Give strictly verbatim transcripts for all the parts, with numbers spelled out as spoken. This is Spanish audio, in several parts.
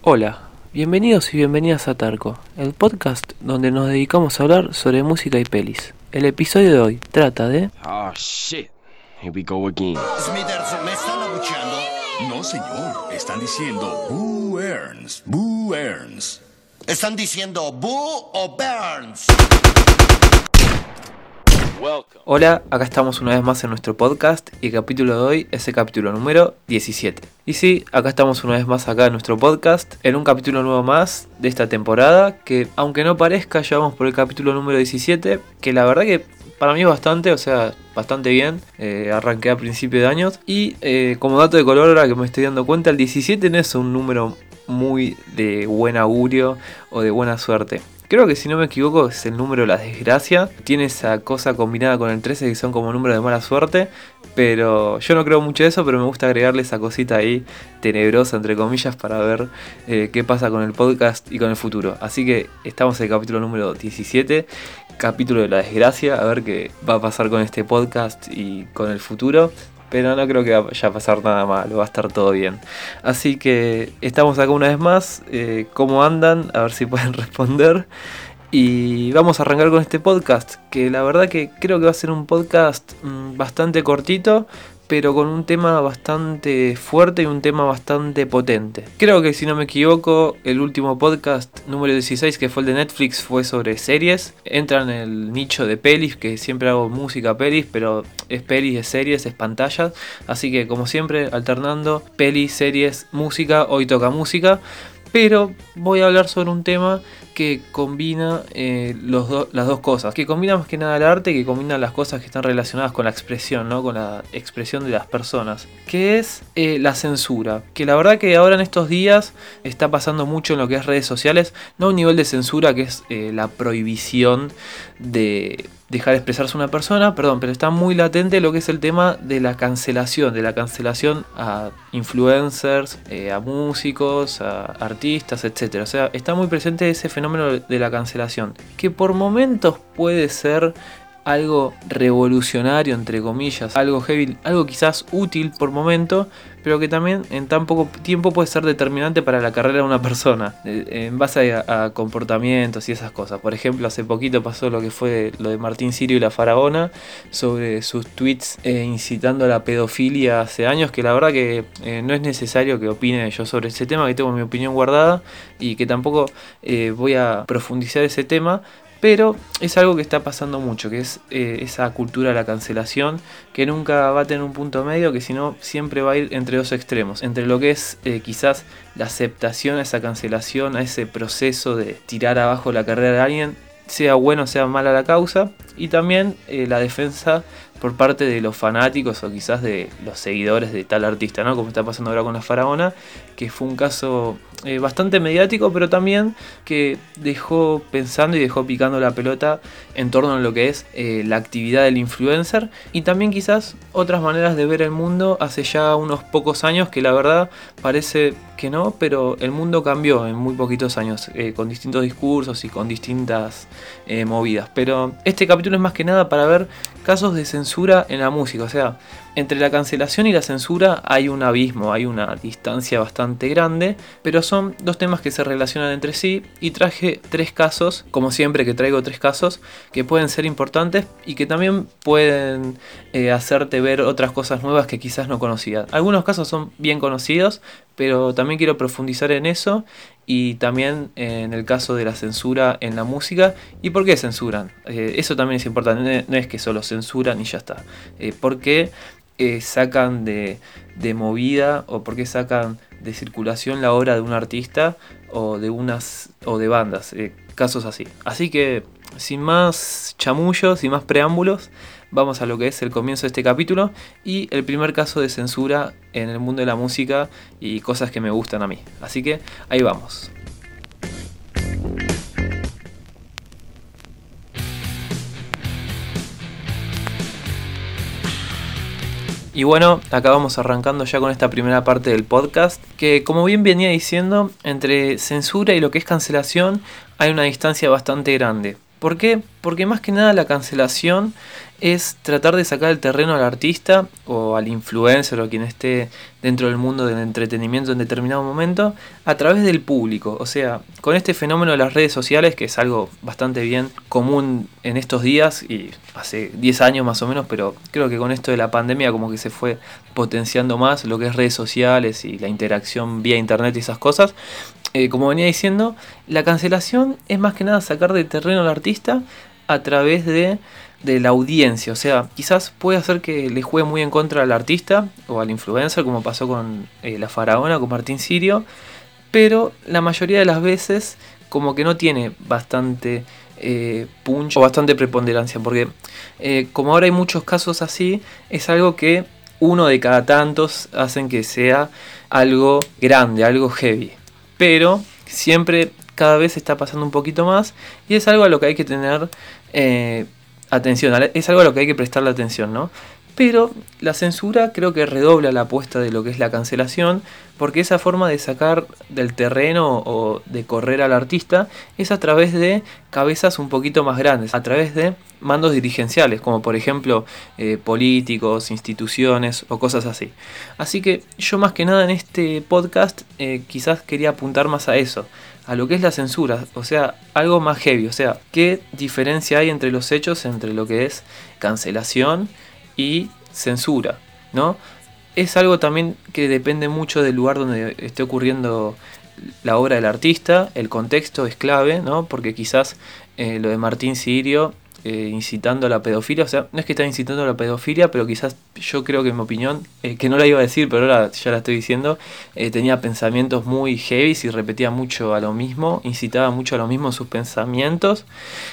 Hola, bienvenidos y bienvenidas a Tarco, el podcast donde nos dedicamos a hablar sobre música y pelis. El episodio de hoy trata de... Oh, shit. Here we go again. Smithers, ¿me están abucheando? No, señor. Están diciendo Boo Earns, Boo Earns. ¿Están diciendo Boo o Burns? Hola, acá estamos una vez más en nuestro podcast y el capítulo de hoy es el capítulo número diecisiete. Y sí, acá estamos una vez más acá en nuestro podcast, en un capítulo nuevo más de esta temporada, que aunque no parezca, ya vamos por el capítulo número diecisiete, que la verdad que para mí bastante, o sea, bastante bien. Eh, arranqué a principio de años y eh, como dato de color, ahora que me estoy dando cuenta, el diecisiete no es un número muy de buen augurio o de buena suerte. Creo que si no me equivoco es el número de la desgracia. Tiene esa cosa combinada con el trece que son como números de mala suerte. Pero yo no creo mucho de eso, pero me gusta agregarle esa cosita ahí tenebrosa, entre comillas, para ver eh, qué pasa con el podcast y con el futuro. Así que estamos en el capítulo número diecisiete, capítulo de la desgracia, a ver qué va a pasar con este podcast y con el futuro. Pero no creo que vaya a pasar nada malo, va a estar todo bien. Así que estamos acá una vez más. Eh, ¿Cómo andan? A ver si pueden responder. Y vamos a arrancar con este podcast, que la verdad que creo que va a ser un podcast mmm, bastante cortito, pero con un tema bastante fuerte y un tema bastante potente. Creo que si no me equivoco, el último podcast número dieciséis, que fue el de Netflix, fue sobre series. Entra en el nicho de pelis, que siempre hago música pelis, pero es pelis, es series, es pantallas. Así que como siempre, alternando pelis, series, música. Hoy toca música, pero voy a hablar sobre un tema que combina eh, los do- las dos cosas, que combina más que nada el arte, que combina las cosas que están relacionadas con la expresión, ¿no? Con la expresión de las personas, que es eh, la censura, que la verdad que ahora en estos días está pasando mucho en lo que es redes sociales, no a un nivel de censura que es eh, la prohibición de dejar expresarse una persona, perdón, pero está muy latente lo que es el tema de la cancelación, de la cancelación a influencers, eh, a músicos, a artistas, etcétera. O sea, está muy presente ese fenómeno de la cancelación, que por momentos puede ser algo revolucionario, entre comillas, algo heavy, algo quizás útil por momento, pero que también en tan poco tiempo puede ser determinante para la carrera de una persona, en base a, a comportamientos y esas cosas. Por ejemplo, hace poquito pasó lo que fue lo de Martín Sirio y la Faraona, sobre sus tweets eh, incitando a la pedofilia hace años, que la verdad que eh, no es necesario que opine yo sobre ese tema, que tengo mi opinión guardada y que tampoco eh, voy a profundizar ese tema. Pero es algo que está pasando mucho, que es eh, esa cultura de la cancelación, que nunca va a tener un punto medio, que sino siempre va a ir entre dos extremos. Entre lo que es eh, quizás la aceptación a esa cancelación, a ese proceso de tirar abajo la carrera de alguien, sea bueno o sea mala la causa, y también eh, la defensa por parte de los fanáticos o quizás de los seguidores de tal artista, ¿no? Como está pasando ahora con la Faraona, que fue un caso eh, bastante mediático, pero también que dejó pensando y dejó picando la pelota en torno a lo que es eh, la actividad del influencer, y también quizás otras maneras de ver el mundo hace ya unos pocos años, que la verdad parece que no, pero el mundo cambió en muy poquitos años, eh, con distintos discursos y con distintas eh, movidas. Pero este capítulo es más que nada para ver casos de censura en la música. O sea, entre la cancelación y la censura hay un abismo, hay una distancia bastante grande, pero son dos temas que se relacionan entre sí, y traje tres casos, como siempre que traigo tres casos, que pueden ser importantes y que también pueden eh, hacerte ver otras cosas nuevas que quizás no conocías. Algunos casos son bien conocidos, pero también quiero profundizar en eso, y también en el caso de la censura en la música y por qué censuran. Eh, eso también es importante, no es que solo censuran y ya está. Eh, ¿Por qué eh, sacan de, de movida o por qué sacan de circulación la obra de un artista o de unas o de bandas? Eh, casos así. Así que sin más chamullos, sin más preámbulos, vamos a lo que es el comienzo de este capítulo y el primer caso de censura en el mundo de la música y cosas que me gustan a mí. Así que ahí vamos. Y bueno, acá vamos arrancando ya con esta primera parte del podcast, que como bien venía diciendo, entre censura y lo que es cancelación hay una distancia bastante grande. ¿Por qué? Porque más que nada la cancelación es tratar de sacar el terreno al artista o al influencer o quien esté dentro del mundo del entretenimiento en determinado momento a través del público. O sea, con este fenómeno de las redes sociales, que es algo bastante bien común en estos días y hace diez años más o menos, pero creo que con esto de la pandemia como que se fue potenciando más lo que es redes sociales y la interacción vía internet y esas cosas. Eh, como venía diciendo, la cancelación es más que nada sacar de terreno al artista a través de, de la audiencia. O sea, quizás puede hacer que le juegue muy en contra al artista o al influencer, como pasó con eh, La Faraona, con Martín Sirio, pero la mayoría de las veces como que no tiene bastante eh, punch o bastante preponderancia, porque eh, como ahora hay muchos casos así, es algo que uno de cada tantos hacen que sea algo grande, algo heavy. Pero siempre cada vez está pasando un poquito más y es algo a lo que hay que tener eh, atención, es algo a lo que hay que prestarle atención, ¿no? Pero la censura creo que redobla la apuesta de lo que es la cancelación, porque esa forma de sacar del terreno o de correr al artista es a través de cabezas un poquito más grandes, a través de mandos dirigenciales, como por ejemplo eh, políticos, instituciones o cosas así. Así que yo más que nada en este podcast eh, quizás quería apuntar más a eso, a lo que es la censura, o sea, algo más heavy, o sea, qué diferencia hay entre los hechos, entre lo que es cancelación y censura, ¿no? Es algo también que depende mucho del lugar donde esté ocurriendo la obra del artista, el contexto es clave, ¿no? Porque quizás eh, lo de Martín Sirio eh, incitando a la pedofilia, o sea, no es que está incitando a la pedofilia, pero quizás yo creo que en mi opinión, eh, que no la iba a decir, pero ahora ya la estoy diciendo, eh, tenía pensamientos muy heavy y repetía mucho a lo mismo, incitaba mucho a lo mismo en sus pensamientos,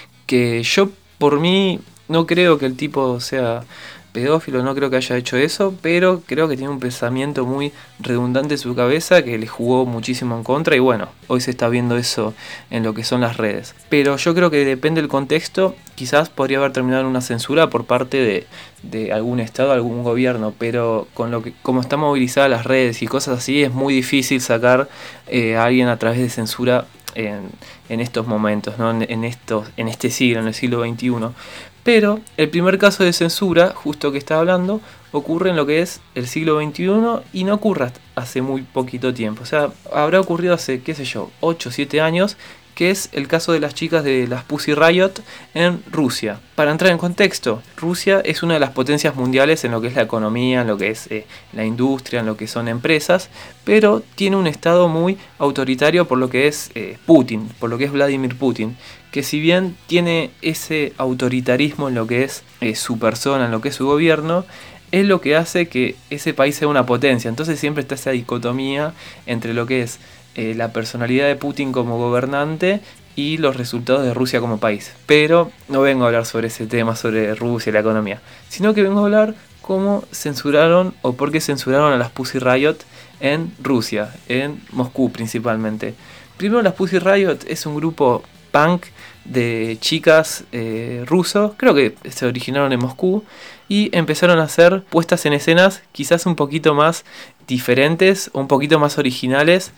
que yo por mí no creo que el tipo sea pedófilo, no creo que haya hecho eso, pero creo que tiene un pensamiento muy redundante en su cabeza que le jugó muchísimo en contra y bueno, hoy se está viendo eso en lo que son las redes. Pero yo creo que depende del contexto, quizás podría haber terminado en una censura por parte de, de algún estado, algún gobierno, pero con lo que como están movilizadas las redes y cosas así, es muy difícil sacar eh, a alguien a través de censura en, en estos momentos, ¿no? en, en, estos, en este siglo, en el siglo veintiuno. Pero el primer caso de censura, justo que estaba hablando, ocurre en lo que es el siglo veintiuno y no ocurre hace muy poquito tiempo. O sea, habrá ocurrido hace, qué sé yo, ocho o siete años, que es el caso de las chicas de las Pussy Riot en Rusia. Para entrar en contexto, Rusia es una de las potencias mundiales en lo que es la economía, en lo que es eh, la industria, en lo que son empresas, pero tiene un estado muy autoritario por lo que es eh, Putin, por lo que es Vladimir Putin, que si bien tiene ese autoritarismo en lo que es eh, su persona, en lo que es su gobierno, es lo que hace que ese país sea una potencia. Entonces siempre está esa dicotomía entre lo que es eh, la personalidad de Putin como gobernante y los resultados de Rusia como país. Pero no vengo a hablar sobre ese tema, sobre Rusia y la economía, sino que vengo a hablar cómo censuraron o por qué censuraron a las Pussy Riot en Rusia, en Moscú principalmente. Primero, las Pussy Riot es un grupo punk de chicas eh, rusos, creo que se originaron en Moscú y empezaron a hacer puestas en escenas quizás un poquito más diferentes, un poquito más originales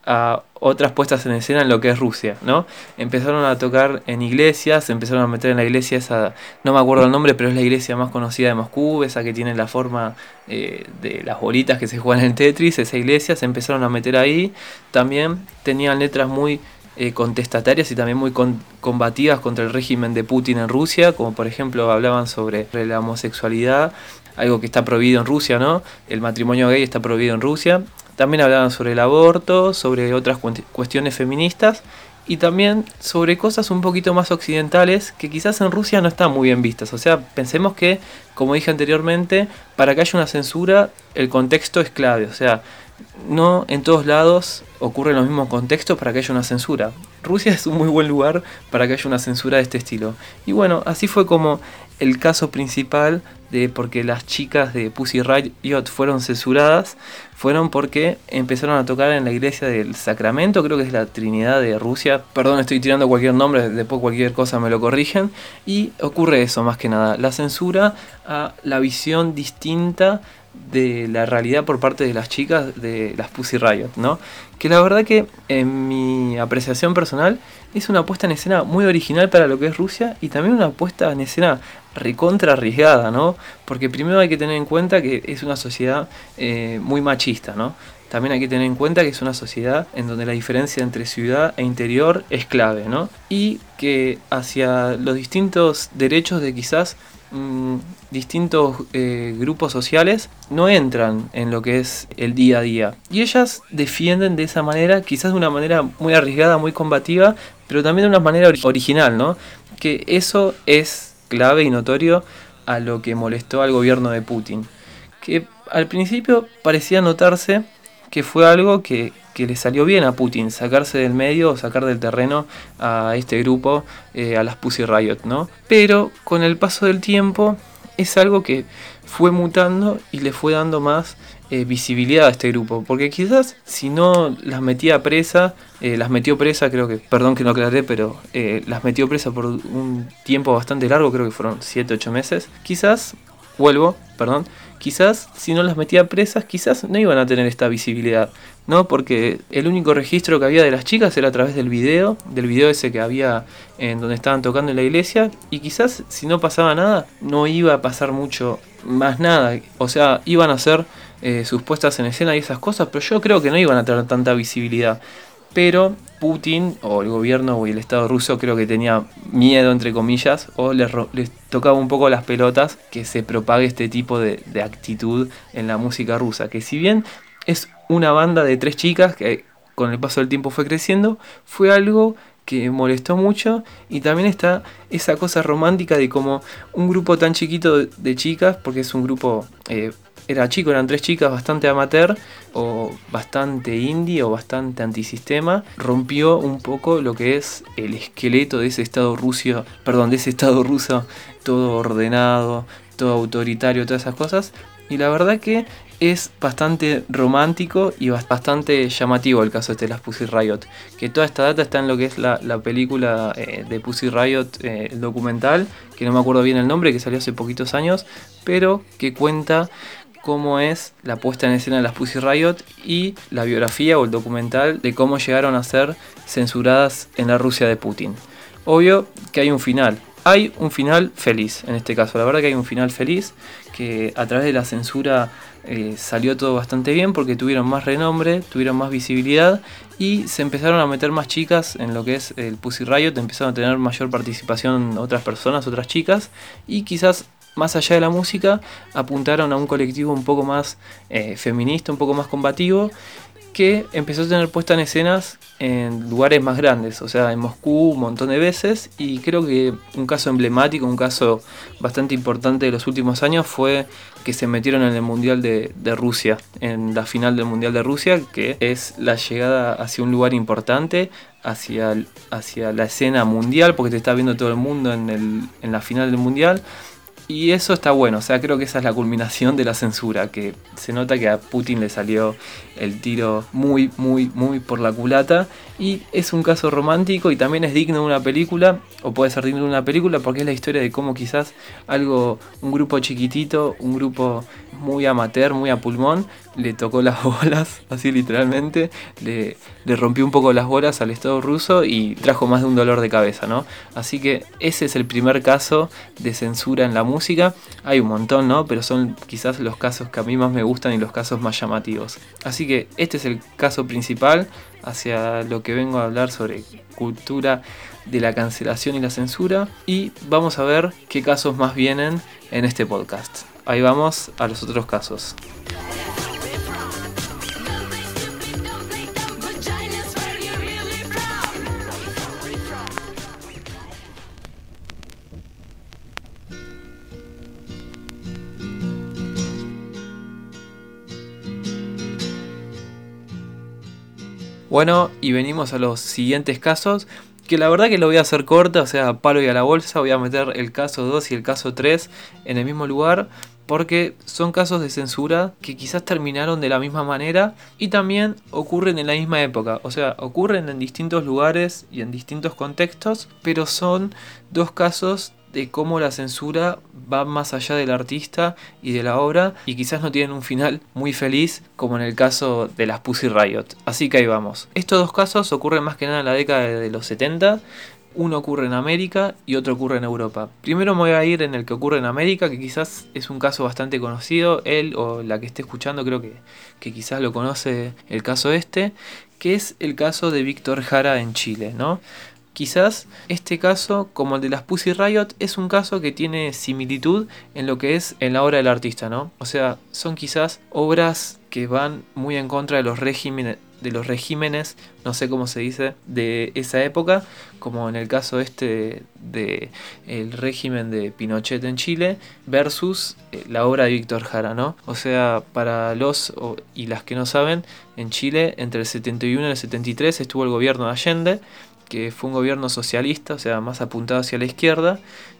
a otras puestas en escena en lo que es Rusia, ¿no? Empezaron a tocar en iglesias, se empezaron a meter en la iglesia esa, no me acuerdo el nombre, pero es la iglesia más conocida de Moscú, esa que tiene la forma eh, de las bolitas que se juegan en el Tetris, esa iglesia, se empezaron a meter ahí. También tenían letras muy eh, contestatarias y también muy con, combativas contra el régimen de Putin en Rusia, como por ejemplo hablaban sobre la homosexualidad, algo que está prohibido en Rusia, ¿no? El matrimonio gay está prohibido en Rusia. También hablaban sobre el aborto, sobre otras cuestiones feministas y también sobre cosas un poquito más occidentales que quizás en Rusia no están muy bien vistas. O sea, pensemos que, como dije anteriormente, para que haya una censura el contexto es clave. O sea, no en todos lados ocurren los mismos contextos para que haya una censura. Rusia es un muy buen lugar para que haya una censura de este estilo. Y bueno, así fue como el caso principal de por qué las chicas de Pussy Riot fueron censuradas, fueron porque empezaron a tocar en la iglesia del Sacramento, creo que es la Trinidad de Rusia, perdón, estoy tirando cualquier nombre, después cualquier cosa me lo corrigen, y ocurre eso más que nada, la censura a la visión distinta de la realidad por parte de las chicas de las Pussy Riot, ¿no? Que la verdad que en mi apreciación personal es una puesta en escena muy original para lo que es Rusia y también una puesta en escena recontra arriesgada, ¿no? Porque primero hay que tener en cuenta que es una sociedad eh, muy machista, ¿no? También hay que tener en cuenta que es una sociedad en donde la diferencia entre ciudad e interior es clave, ¿no? Y que hacia los distintos derechos de quizás mmm, distintos eh, grupos sociales no entran en lo que es el día a día. Y ellas defienden de esa manera, quizás de una manera muy arriesgada, muy combativa, pero también de una manera or- original, ¿no? Que eso es clave y notorio a lo que molestó al gobierno de Putin. Que al principio parecía notarse que fue algo que, que le salió bien a Putin, sacarse del medio o sacar del terreno a este grupo, eh, a las Pussy Riot, ¿no? Pero con el paso del tiempo es algo que fue mutando y le fue dando más eh, visibilidad a este grupo, porque quizás si no las metía presa, eh, las metió presa, creo que, perdón que no aclaré, pero eh, las metió presa por un tiempo bastante largo, creo que fueron siete ocho meses, quizás, vuelvo, perdón, quizás si no las metía presas, quizás no iban a tener esta visibilidad, ¿no? Porque el único registro que había de las chicas era a través del video, del video ese que había en donde estaban tocando en la iglesia, y quizás si no pasaba nada, no iba a pasar mucho más nada, o sea, iban a hacer eh, sus puestas en escena y esas cosas, pero yo creo que no iban a tener tanta visibilidad. Pero Putin o el gobierno o el Estado ruso creo que tenía miedo, entre comillas, o les, les tocaba un poco las pelotas que se propague este tipo de, de actitud en la música rusa. Que si bien es una banda de tres chicas que con el paso del tiempo fue creciendo, fue algo que molestó mucho. Y también está esa cosa romántica de como un grupo tan chiquito de, de chicas, porque es un grupo... Eh, era chico, eran tres chicas bastante amateur o bastante indie o bastante antisistema, rompió un poco lo que es el esqueleto de ese estado ruso, perdón, de ese estado ruso todo ordenado, todo autoritario, todas esas cosas, y la verdad que es bastante romántico y bastante llamativo el caso este de las Pussy Riot, que toda esta data está en lo que es la, la película eh, de Pussy Riot, eh, el documental, que no me acuerdo bien el nombre, que salió hace poquitos años, pero que cuenta cómo es la puesta en escena de las Pussy Riot y la biografía o el documental de cómo llegaron a ser censuradas en la Rusia de Putin. Obvio que hay un final, hay un final feliz en este caso, la verdad que hay un final feliz, que a través de la censura eh, salió todo bastante bien porque tuvieron más renombre, tuvieron más visibilidad y se empezaron a meter más chicas en lo que es el Pussy Riot, empezaron a tener mayor participación otras personas, otras chicas, y quizás más allá de la música, apuntaron a un colectivo un poco más eh, feminista, un poco más combativo, que empezó a tener puesta en escenas en lugares más grandes, o sea, en Moscú un montón de veces, y creo que un caso emblemático, un caso bastante importante de los últimos años fue que se metieron en el Mundial de, de Rusia, en la final del Mundial de Rusia, que es la llegada hacia un lugar importante, hacia, hacia la escena mundial, porque te está viendo todo el mundo en, el, en la final del Mundial. Y eso está bueno, o sea, creo que esa es la culminación de la censura, que se nota que a Putin le salió el tiro muy, muy, muy por la culata, y es un caso romántico y también es digno de una película, o puede ser digno de una película porque es la historia de cómo quizás algo, un grupo chiquitito, un grupo muy amateur, muy a pulmón, le tocó las bolas, así literalmente, le, le rompió un poco las bolas al Estado ruso y trajo más de un dolor de cabeza, ¿no? Así que ese es el primer caso de censura en la música. Hay un montón, ¿no? Pero son quizás los casos que a mí más me gustan y los casos más llamativos. Así que este es el caso principal hacia lo que vengo a hablar sobre cultura de la cancelación y la censura, y vamos a ver qué casos más vienen en este podcast. Ahí vamos a los otros casos. Bueno, y venimos a los siguientes casos, que la verdad que lo voy a hacer corta, o sea, palo y a la bolsa, voy a meter el caso dos y el caso tres en el mismo lugar, porque son casos de censura que quizás terminaron de la misma manera y también ocurren en la misma época, o sea, ocurren en distintos lugares y en distintos contextos, pero son dos casos de cómo la censura va más allá del artista y de la obra y quizás no tienen un final muy feliz como en el caso de las Pussy Riot. Así que ahí vamos. Estos dos casos ocurren más que nada en la década de los setenta. Uno ocurre en América y otro ocurre en Europa. Primero me voy a ir en el que ocurre en América, que quizás es un caso bastante conocido. Él o la que esté escuchando creo que, que quizás lo conoce el caso este, que es el caso de Víctor Jara en Chile, ¿no? Quizás este caso, como el de las Pussy Riot, es un caso que tiene similitud en lo que es en la obra del artista, ¿no? O sea, son quizás obras que van muy en contra de los regímenes, de los regímenes, no sé cómo se dice, de esa época, como en el caso este de el régimen de Pinochet en Chile versus la obra de Víctor Jara, ¿no? O sea, para los o, y las que no saben, en Chile entre el setenta y uno y el setenta y tres estuvo el gobierno de Allende, que fue un gobierno socialista, o sea, más apuntado hacia la izquierda,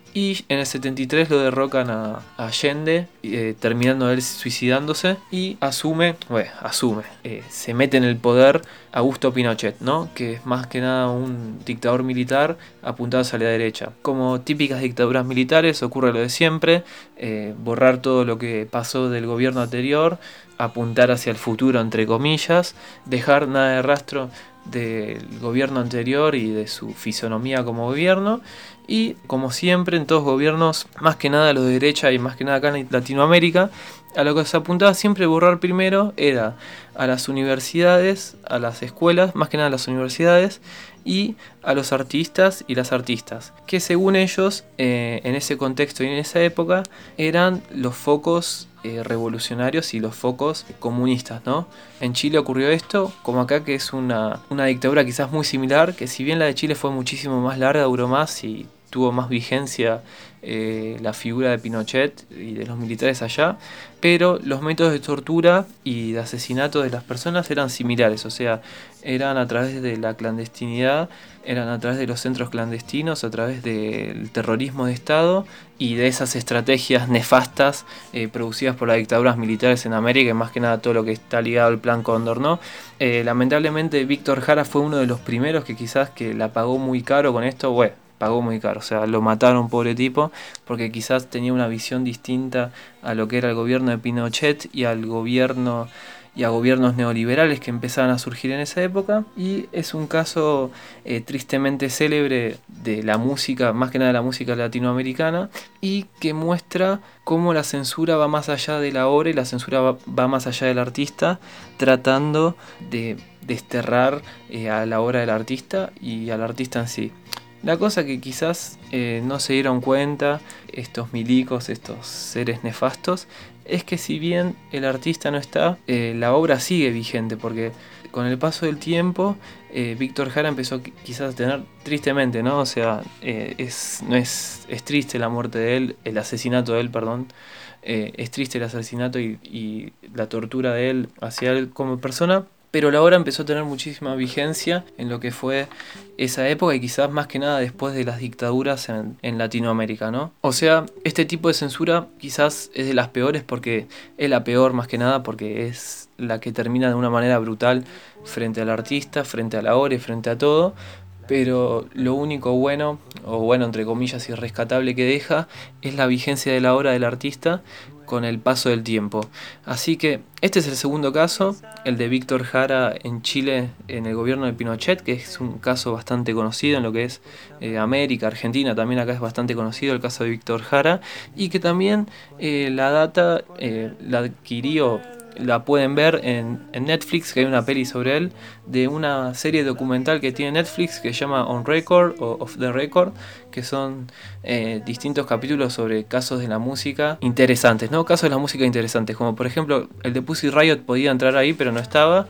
y en el setenta y tres lo derrocan a, a Allende, eh, terminando él suicidándose, y asume, bueno, asume, eh, se mete en el poder Augusto Pinochet, ¿no? Que es más que nada un dictador militar apuntado hacia la derecha. Como típicas dictaduras militares ocurre lo de siempre, eh, borrar todo lo que pasó del gobierno anterior, apuntar hacia el futuro, entre comillas, dejar nada de rastro del gobierno anterior y de su fisonomía como gobierno. Y como siempre en todos gobiernos, más que nada los de derecha y más que nada acá en Latinoamérica, a lo que se apuntaba siempre borrar primero era a las universidades, a las escuelas, más que nada a las universidades, y a los artistas y las artistas, que según ellos, eh, en ese contexto y en esa época, eran los focos eh, revolucionarios y los focos comunistas, ¿no? En Chile ocurrió esto, como acá, que es una, una dictadura quizás muy similar, que si bien la de Chile fue muchísimo más larga, duró más y tuvo más vigencia eh, la figura de Pinochet y de los militares allá, pero los métodos de tortura y de asesinato de las personas eran similares, o sea, eran a través de la clandestinidad, eran a través de los centros clandestinos, a través del terrorismo de Estado y de esas estrategias nefastas eh, producidas por las dictaduras militares en América, y más que nada todo lo que está ligado al Plan Cóndor, ¿no? Eh, lamentablemente Víctor Jara fue uno de los primeros que quizás que la pagó muy caro con esto, bueno, pagó muy caro, o sea, lo mataron, pobre tipo, porque quizás tenía una visión distinta a lo que era el gobierno de Pinochet y al gobierno y a gobiernos neoliberales que empezaban a surgir en esa época, y es un caso eh, tristemente célebre de la música, más que nada de la música latinoamericana, y que muestra cómo la censura va más allá de la obra y la censura va, va más allá del artista, tratando de desterrar eh, a la obra del artista y al artista en sí. La cosa que quizás eh, no se dieron cuenta estos milicos, estos seres nefastos, es que si bien el artista no está, eh, la obra sigue vigente, porque con el paso del tiempo eh, Víctor Jara empezó quizás a tener, tristemente, ¿no? O sea, eh, es, no es, es triste la muerte de él, el asesinato de él, perdón, eh, es triste el asesinato y, y la tortura de él hacia él como persona. Pero la obra empezó a tener muchísima vigencia en lo que fue esa época y quizás más que nada después de las dictaduras en, en Latinoamérica, ¿no? O sea, este tipo de censura quizás es de las peores porque es la peor más que nada porque es la que termina de una manera brutal frente al artista, frente a la obra y frente a todo. Pero lo único bueno, o bueno entre comillas y rescatable que deja, es la vigencia de la obra del artista con el paso del tiempo. Así que este es el segundo caso, el de Víctor Jara en Chile en el gobierno de Pinochet, que es un caso bastante conocido en lo que es eh, América, Argentina, también acá es bastante conocido el caso de Víctor Jara, y que también eh, la data eh, la adquirió, la pueden ver en, en Netflix, que hay una peli sobre él, de una serie documental que tiene Netflix que se llama On Record o Off the Record, que son eh, distintos capítulos sobre casos de la música interesantes, ¿no? Casos de la música interesantes, como por ejemplo el de Pussy Riot podía entrar ahí pero no estaba,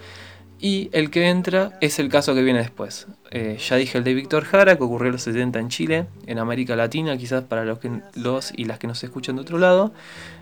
y el que entra es el caso que viene después. Eh, ya dije el de Víctor Jara, que ocurrió en los setenta en Chile, en América Latina, quizás para los, que, los y las que nos escuchan de otro lado,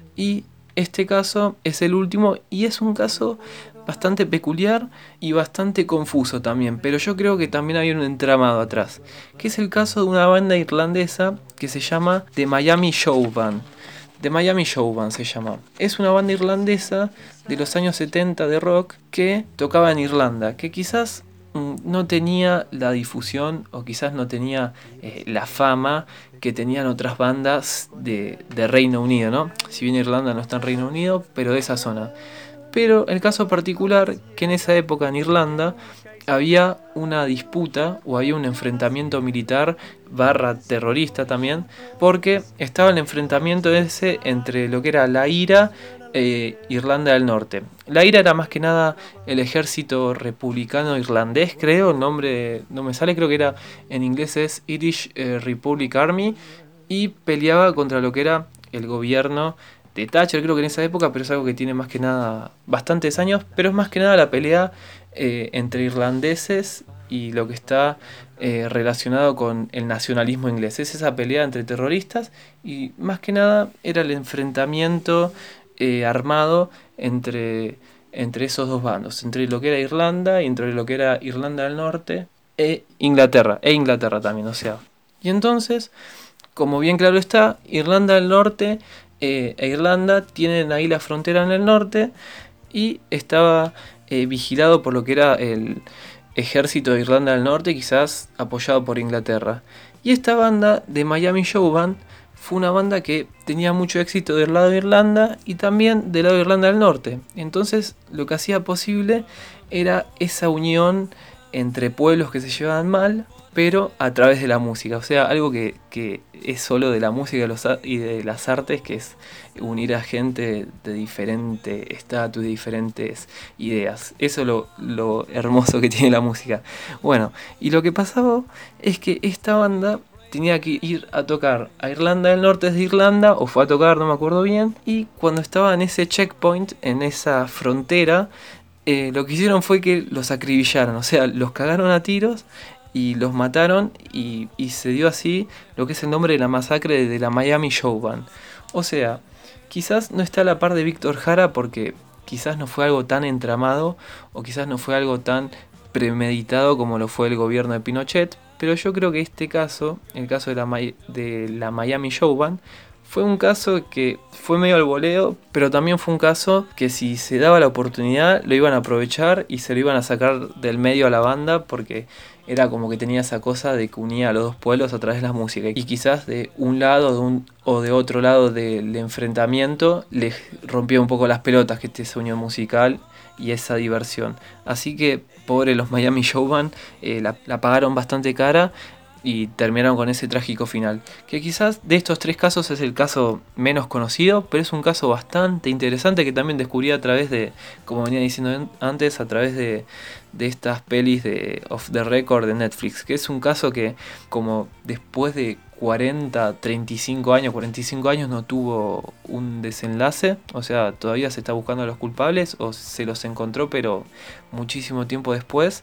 y este caso es el último y es un caso bastante peculiar y bastante confuso también, pero yo creo que también había un entramado atrás, que es el caso de una banda irlandesa que se llama The Miami Show Band. The Miami Show Band se llama. Es una banda irlandesa de los años setenta de rock que tocaba en Irlanda, que quizás mm, no tenía la difusión o quizás no tenía eh, la fama que tenían otras bandas de, de Reino Unido, ¿no? Si bien Irlanda no está en Reino Unido, pero de esa zona. Pero el caso particular que en esa época en Irlanda había una disputa o había un enfrentamiento militar barra terrorista también, porque estaba el enfrentamiento ese entre lo que era la IRA e Irlanda del Norte. La IRA era más que nada el ejército republicano irlandés, creo, el nombre no me sale, creo que era en inglés es Irish eh, Republic Army, y peleaba contra lo que era el gobierno de Thatcher, creo que en esa época, pero es algo que tiene más que nada bastantes años, pero es más que nada la pelea eh, entre irlandeses y lo que está eh, relacionado con el nacionalismo inglés. Es esa pelea entre terroristas y más que nada era el enfrentamiento eh, armado entre, entre esos dos bandos, entre lo que era Irlanda y entre lo que era Irlanda del Norte e Inglaterra, e Inglaterra también, o sea. Y entonces, como bien claro está, Irlanda del Norte eh, e Irlanda tienen ahí la frontera en el norte y estaba eh, vigilado por lo que era el ejército de Irlanda del Norte, quizás apoyado por Inglaterra. Y esta banda de Miami Show Band fue una banda que tenía mucho éxito del lado de Irlanda y también del lado de Irlanda del Norte. Entonces lo que hacía posible era esa unión entre pueblos que se llevaban mal, pero a través de la música. O sea, algo que, que es solo de la música y de las artes, que es unir a gente de diferente estatus, de diferentes ideas. Eso es lo, lo hermoso que tiene la música. Bueno, y lo que pasaba es que esta banda tenía que ir a tocar a Irlanda del Norte desde Irlanda, o fue a tocar, no me acuerdo bien, y cuando estaba en ese checkpoint, en esa frontera, eh, lo que hicieron fue que los acribillaron, o sea, los cagaron a tiros y los mataron, y, y se dio así lo que es el nombre de la masacre de la Miami Show Band. O sea, quizás no está a la par de Víctor Jara porque quizás no fue algo tan entramado o quizás no fue algo tan premeditado como lo fue el gobierno de Pinochet, pero yo creo que este caso, el caso de la, de la Miami Show Band, fue un caso que fue medio al voleo, pero también fue un caso que si se daba la oportunidad lo iban a aprovechar y se lo iban a sacar del medio a la banda, porque era como que tenía esa cosa de que unía a los dos pueblos a través de la música. Y quizás de un lado de un, o de otro lado del enfrentamiento les rompía un poco las pelotas que este sonido musical y esa diversión. Así que pobre los Miami Show Band, eh, la, la pagaron bastante cara y terminaron con ese trágico final, que quizás de estos tres casos es el caso menos conocido, pero es un caso bastante interesante que también descubrí a través de, como venía diciendo antes, a través de, de estas pelis de Off the Record de Netflix, que es un caso que como después de cuarenta, treinta y cinco años, cuarenta y cinco años no tuvo un desenlace, o sea, todavía se está buscando a los culpables o se los encontró, pero muchísimo tiempo después.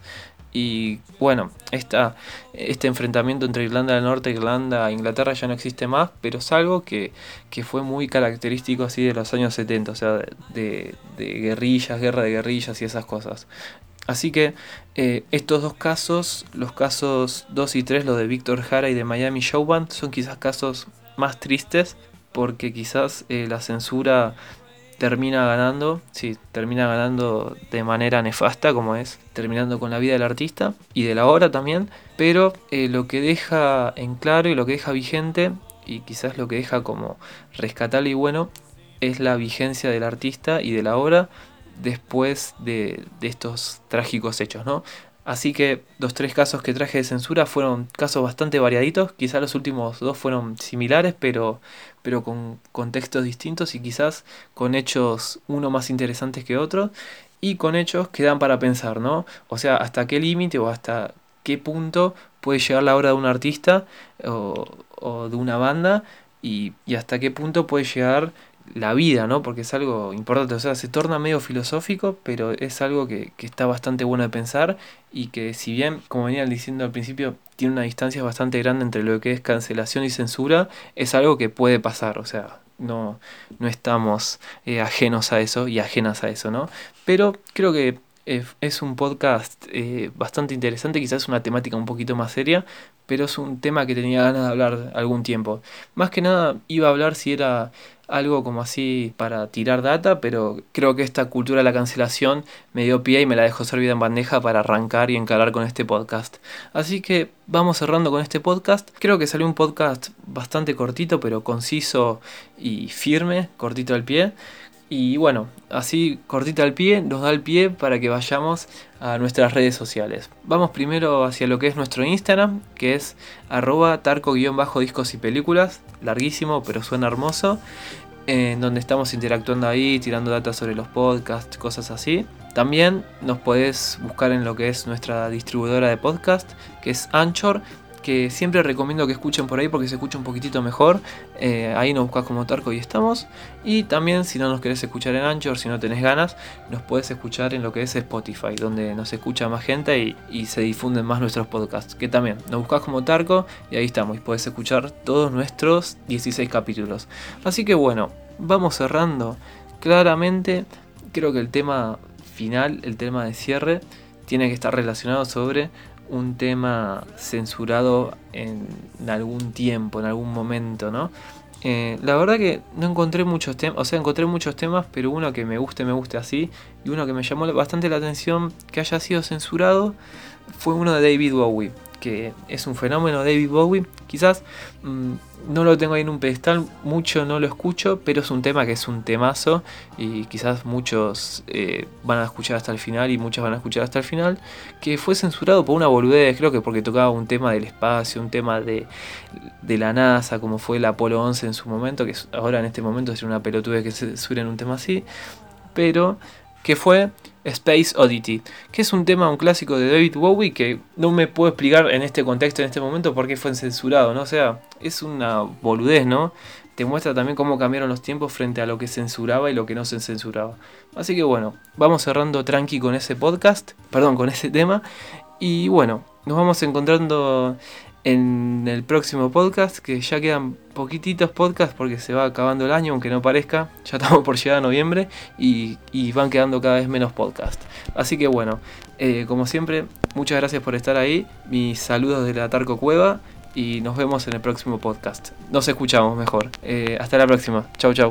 Y bueno, esta, este enfrentamiento entre Irlanda del Norte e Irlanda e Inglaterra ya no existe más, pero es algo que, que fue muy característico así de los años setenta, o sea, de, de guerrillas, guerra de guerrillas y esas cosas. Así que eh, estos dos casos, los casos dos y tres, lo de Víctor Jara y de Miami Show Band, son quizás casos más tristes porque quizás eh, la censura termina ganando, sí, termina ganando de manera nefasta, como es terminando con la vida del artista y de la obra también, pero eh, lo que deja en claro y lo que deja vigente y quizás lo que deja como rescatable y bueno es la vigencia del artista y de la obra después de, de estos trágicos hechos, ¿no? Así que los tres casos que traje de censura fueron casos bastante variaditos, quizás los últimos dos fueron similares, pero, pero con contextos distintos y quizás con hechos uno más interesantes que otro y con hechos que dan para pensar, ¿no? O sea, hasta qué límite o hasta qué punto puede llegar la obra de un artista o, o de una banda y, y hasta qué punto puede llegar la vida, ¿no? Porque es algo importante, o sea, se torna medio filosófico, pero es algo que, que está bastante bueno de pensar y que si bien, como venía diciendo al principio, tiene una distancia bastante grande entre lo que es cancelación y censura, es algo que puede pasar, o sea, no, no estamos eh, ajenos a eso y ajenas a eso, ¿no? Pero creo que Eh, es un podcast eh, bastante interesante, quizás una temática un poquito más seria, pero es un tema que tenía ganas de hablar algún tiempo. Más que nada iba a hablar si era algo como así para tirar data, pero creo que esta cultura de la cancelación me dio pie y me la dejó servida en bandeja para arrancar y encarar con este podcast. Así que vamos cerrando con este podcast. Creo que salió un podcast bastante cortito, pero conciso y firme, cortito al pie. Y bueno, así cortita al pie, nos da el pie para que vayamos a nuestras redes sociales. Vamos primero hacia lo que es nuestro Instagram, que es arroba tarco-discos y películas, larguísimo pero suena hermoso, en donde estamos interactuando ahí, tirando datos sobre los podcasts, cosas así. También nos podés buscar en lo que es nuestra distribuidora de podcast, que es Anchor, que siempre recomiendo que escuchen por ahí porque se escucha un poquitito mejor. Eh, ahí nos buscas como Tarco y estamos. Y también, si no nos querés escuchar en Anchor, si no tenés ganas, nos podés escuchar en lo que es Spotify, donde nos escucha más gente y, y se difunden más nuestros podcasts. Que también nos buscas como Tarco y ahí estamos. Y podés escuchar todos nuestros dieciséis capítulos. Así que bueno, vamos cerrando. Claramente, creo que el tema final, el tema de cierre, tiene que estar relacionado sobre un tema censurado en algún tiempo, en algún momento, ¿no? Eh, la verdad que no encontré muchos temas, o sea, encontré muchos temas, pero uno que me guste, me guste así, y uno que me llamó bastante la atención que haya sido censurado, fue uno de David Bowie, que es un fenómeno. David Bowie, quizás mmm, no lo tengo ahí en un pedestal, mucho no lo escucho, pero es un tema que es un temazo y quizás muchos eh, van a escuchar hasta el final y muchas van a escuchar hasta el final, que fue censurado por una boludez, creo que porque tocaba un tema del espacio, un tema de, de la NASA, como fue el Apolo once en su momento, que ahora en este momento es una pelotudez que censuren un tema así, pero que fue Space Oddity, que es un tema, un clásico de David Bowie, que no me puedo explicar en este contexto, en este momento, por qué fue censurado, ¿no? O sea, es una boludez, ¿no? Te muestra también cómo cambiaron los tiempos frente a lo que censuraba y lo que no se censuraba. Así que bueno, vamos cerrando tranqui con ese podcast, perdón, con ese tema, y bueno, nos vamos encontrando en el próximo podcast, que ya quedan poquititos podcasts porque se va acabando el año, aunque no parezca, ya estamos por llegar a noviembre y, y van quedando cada vez menos podcasts. Así que bueno, eh, como siempre, muchas gracias por estar ahí, mis saludos de la Tarco Cueva y nos vemos en el próximo podcast. Nos escuchamos mejor. Eh, hasta la próxima. Chau, chau.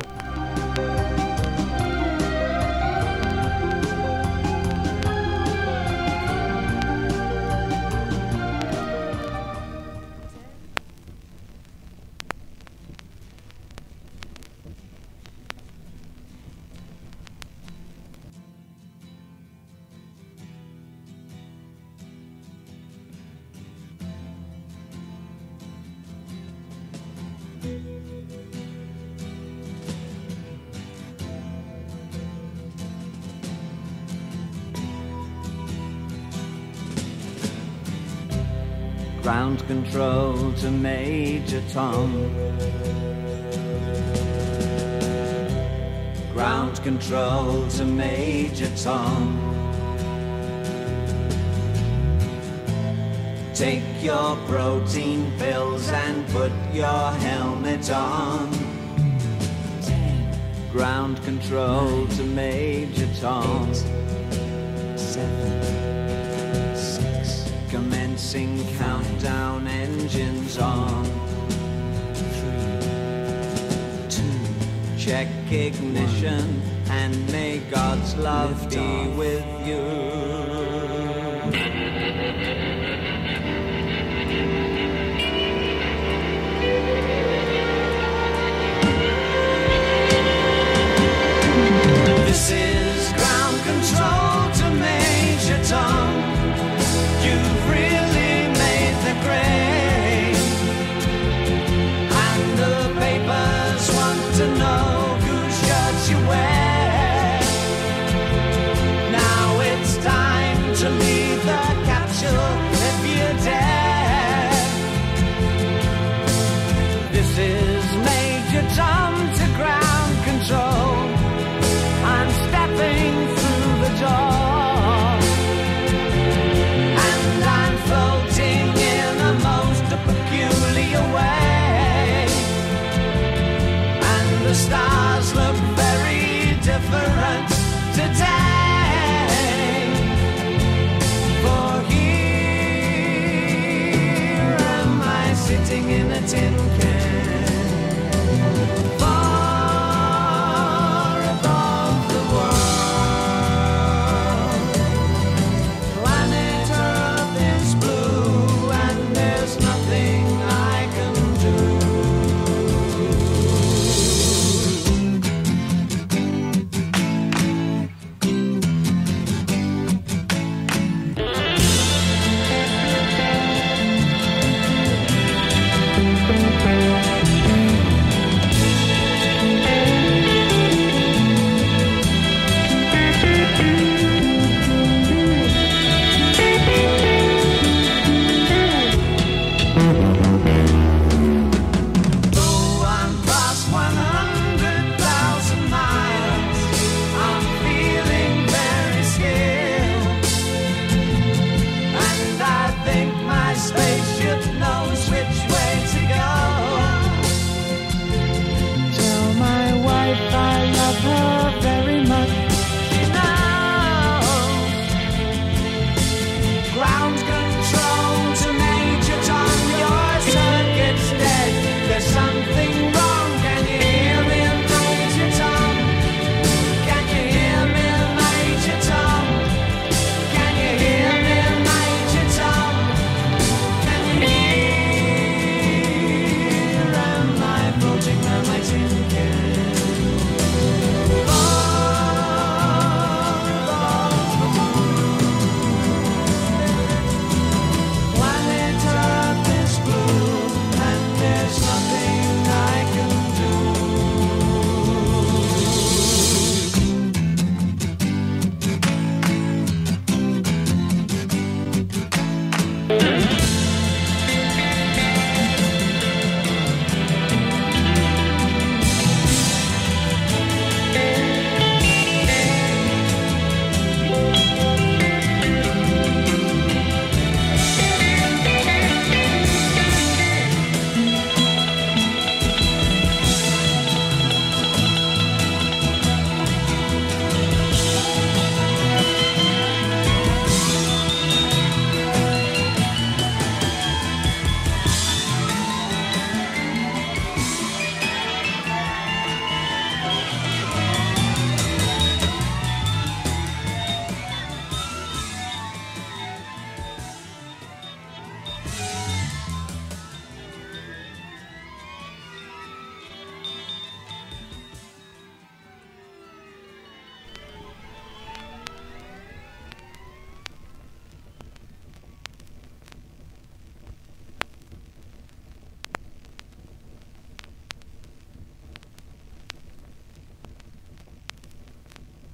Ground control to Major Tom. Ground control to Major Tom. Take your protein pills and put your helmet on. Ground control to Major Tom. Seven. Commencing countdown, engines on. Three, two, check ignition, and may God's love be with you.